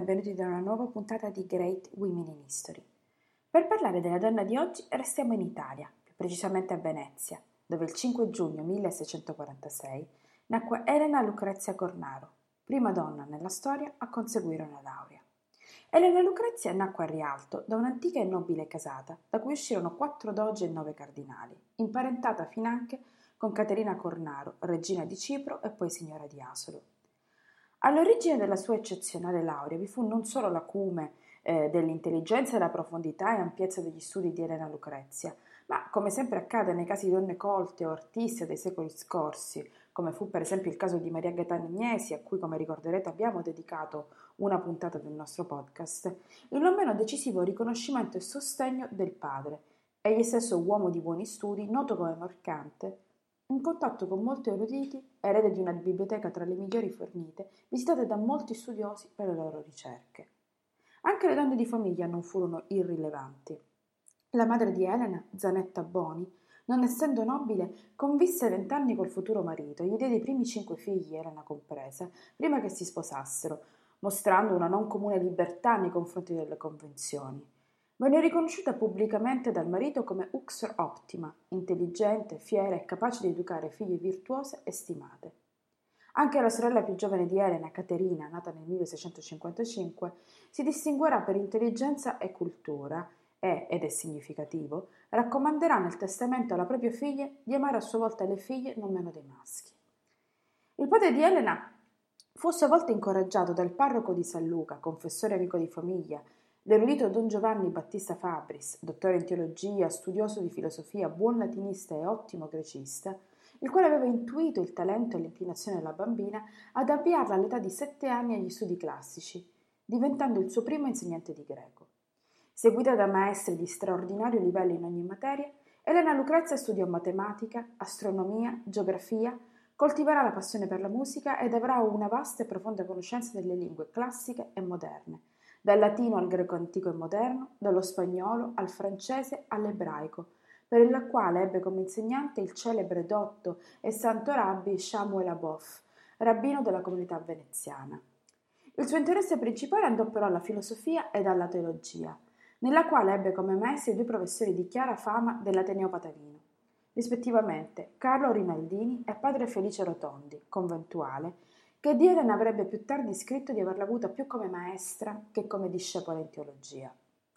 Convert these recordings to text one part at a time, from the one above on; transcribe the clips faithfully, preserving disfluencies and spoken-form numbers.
benvenuti da una nuova puntata di Great Women in History. Per parlare della donna di oggi restiamo in Italia, più precisamente a Venezia, dove il cinque giugno milleseicentoquarantasei nacque Elena Lucrezia Cornaro, prima donna nella storia a conseguire una laurea. Elena Lucrezia nacque a Rialto da un'antica e nobile casata, da cui uscirono quattro doge e nove cardinali, imparentata finanche con Caterina Cornaro, regina di Cipro e poi signora di Asolo. All'origine della sua eccezionale laurea vi fu non solo l'acume eh, dell'intelligenza e la profondità e ampiezza degli studi di Elena Lucrezia, ma come sempre accade nei casi di donne colte o artiste dei secoli scorsi, come fu per esempio il caso di Maria Gaetana Agnesi, a cui come ricorderete abbiamo dedicato una puntata del nostro podcast, il non meno decisivo riconoscimento e sostegno del padre, egli stesso uomo di buoni studi, noto come mercante, in contatto con molti eruditi, erede di una biblioteca tra le migliori fornite, visitate da molti studiosi per le loro ricerche. Anche le donne di famiglia non furono irrilevanti. La madre di Elena, Zanetta Boni, non essendo nobile, convisse vent'anni col futuro marito e gli diede i primi cinque figli, Elena compresa, prima che si sposassero, mostrando una non comune libertà nei confronti delle convenzioni. Venne riconosciuta pubblicamente dal marito come uxor optima, intelligente, fiera e capace di educare figlie virtuose e stimate. Anche la sorella più giovane di Elena, Caterina, nata nel milleseicentocinquantacinque, si distinguerà per intelligenza e cultura e, ed è significativo, raccomanderà nel testamento alla propria figlia di amare a sua volta le figlie non meno dei maschi. Il padre di Elena fu a sua volta incoraggiato dal parroco di San Luca, confessore amico di famiglia, l'erudito Don Giovanni Battista Fabris, dottore in teologia, studioso di filosofia, buon latinista e ottimo grecista, il quale aveva intuito il talento e l'inclinazione della bambina ad avviarla all'età di sette anni agli studi classici, diventando il suo primo insegnante di greco. Seguita da maestri di straordinario livello in ogni materia, Elena Lucrezia studiò matematica, astronomia, geografia, coltiverà la passione per la musica ed avrà una vasta e profonda conoscenza delle lingue classiche e moderne, dal latino al greco antico e moderno, dallo spagnolo al francese all'ebraico, per il quale ebbe come insegnante il celebre dotto e santo rabbi Samuel Aboff, rabbino della comunità veneziana. Il suo interesse principale andò però alla filosofia ed alla teologia, nella quale ebbe come maestri due professori di chiara fama dell'Ateneo Patavino, rispettivamente Carlo Rinaldini e padre Felice Rotondi, conventuale, che di Elena avrebbe più tardi scritto di averla avuta più come maestra che come discepola in teologia.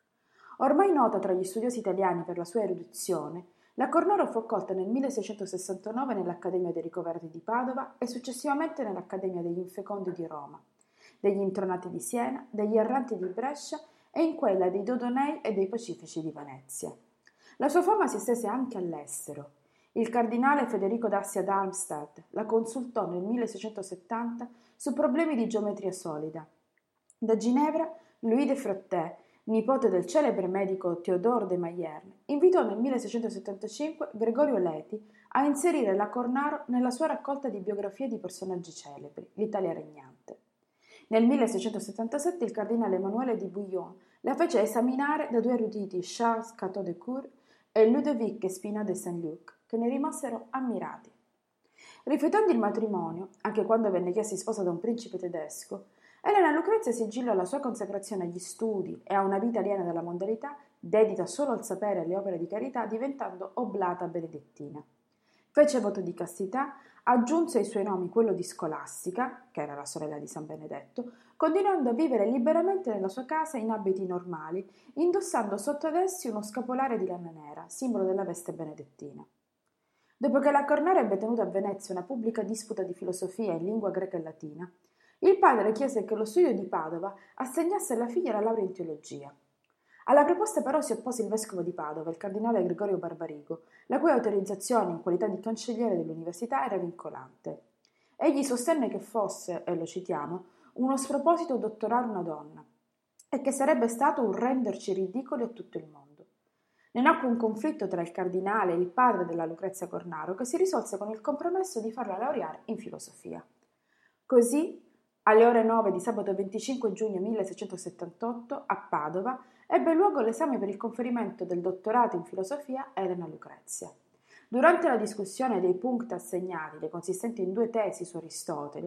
Ormai nota tra gli studiosi italiani per la sua erudizione, la Cornaro fu accolta nel milleseicentosessantanove nell'Accademia dei Ricoverati di Padova e successivamente nell'Accademia degli Infecondi di Roma, degli Intronati di Siena, degli Erranti di Brescia e in quella dei Dodonei e dei Pacifici di Venezia. La sua fama si estese anche all'estero. Il cardinale Federico d'Assia Darmstadt la consultò nel milleseicentosettanta su problemi di geometria solida. Da Ginevra, Louis de Frotté, nipote del celebre medico Théodore de Mayerne, invitò nel milleseicentosettantacinque Gregorio Leti a inserire la Cornaro nella sua raccolta di biografie di personaggi celebri, l'Italia regnante. Nel milleseicentosettantasette il cardinale Emanuele di Bouillon la fece esaminare da due eruditi, Charles Cateau de Cour e Ludovic Espina de Saint-Luc, che ne rimasero ammirati. Rifiutando il matrimonio, anche quando venne chiesta sposa da un principe tedesco, Elena Lucrezia sigillò la sua consacrazione agli studi e a una vita aliena dalla mondanietà, dedita solo al sapere e alle opere di carità, diventando oblata benedettina. Fece voto di castità, aggiunse ai suoi nomi quello di Scolastica, che era la sorella di San Benedetto, continuando a vivere liberamente nella sua casa in abiti normali, indossando sotto ad essi uno scapolare di lana nera, simbolo della veste benedettina. Dopo che la Cornaro ebbe tenuto a Venezia una pubblica disputa di filosofia in lingua greca e latina, il padre chiese che lo studio di Padova assegnasse alla figlia la laurea in teologia. Alla proposta però si oppose il vescovo di Padova, il cardinale Gregorio Barbarigo, la cui autorizzazione in qualità di cancelliere dell'università era vincolante. Egli sostenne che fosse, e lo citiamo, uno sproposito dottorare una donna e che sarebbe stato un renderci ridicoli a tutto il mondo. Ne nacque un conflitto tra il cardinale e il padre della Lucrezia Cornaro che si risolse con il compromesso di farla laureare in filosofia. Così, alle ore nove di sabato venticinque giugno milleseicentosettantotto, a Padova, ebbe luogo l'esame per il conferimento del dottorato in filosofia a Elena Lucrezia. Durante la discussione dei punti assegnati, consistenti in due tesi su Aristotele,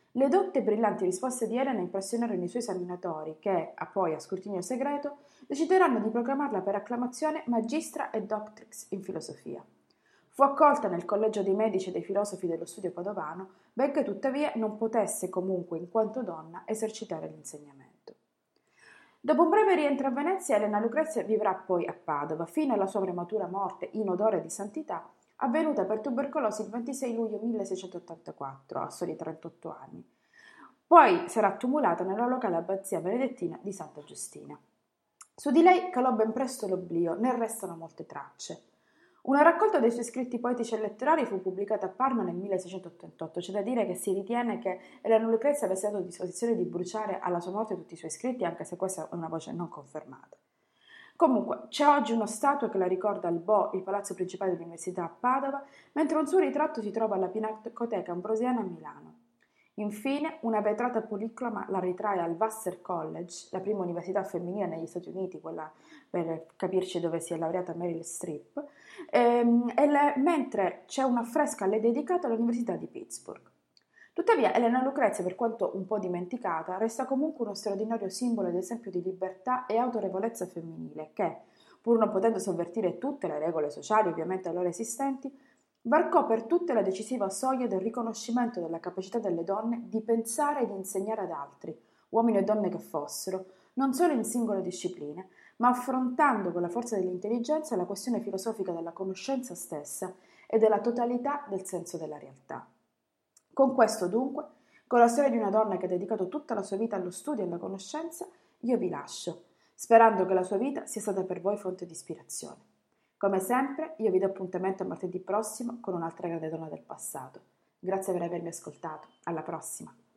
Le dotte e brillanti risposte di Elena impressionarono i suoi esaminatori che, a poi a scrutinio segreto, decideranno di proclamarla per acclamazione magistra e doctrix in filosofia. Fu accolta nel collegio dei medici e dei filosofi dello studio padovano, benché tuttavia non potesse comunque, in quanto donna, esercitare l'insegnamento. Dopo un breve rientro a Venezia, Elena Lucrezia vivrà poi a Padova, fino alla sua prematura morte in odore di santità, avvenuta per tubercolosi il ventisei luglio milleseicentottantaquattro, a soli trentotto anni. Poi sarà tumulata nella locale abbazia benedettina di Santa Giustina. Su di lei calò ben presto l'oblio, ne restano molte tracce. Una raccolta dei suoi scritti poetici e letterari fu pubblicata a Parma nel milleseicentottantotto. C'è da dire che si ritiene che Elena Lucrezia avesse dato disposizione di bruciare alla sua morte tutti i suoi scritti, anche se questa è una voce non confermata. Comunque, c'è oggi una statua che la ricorda al Bo, il palazzo principale dell'Università a Padova, mentre un suo ritratto si trova alla Pinacoteca Ambrosiana a Milano. Infine, una vetrata policroma la ritrae al Vassar College, la prima università femminile negli Stati Uniti, quella per capirci dove si è laureata Meryl Streep, ehm, e le, mentre c'è un affresco a lei dedicata all'Università di Pittsburgh. Tuttavia, Elena Lucrezia, per quanto un po' dimenticata, resta comunque uno straordinario simbolo ed esempio di libertà e autorevolezza femminile che, pur non potendo sovvertire tutte le regole sociali ovviamente allora esistenti, varcò per tutte la decisiva soglia del riconoscimento della capacità delle donne di pensare e di insegnare ad altri, uomini e donne che fossero, non solo in singole discipline, ma affrontando con la forza dell'intelligenza la questione filosofica della conoscenza stessa e della totalità del senso della realtà. Con questo, dunque, con la storia di una donna che ha dedicato tutta la sua vita allo studio e alla conoscenza, io vi lascio, sperando che la sua vita sia stata per voi fonte di ispirazione. Come sempre, io vi do appuntamento a martedì prossimo con un'altra grande donna del passato. Grazie per avermi ascoltato. Alla prossima!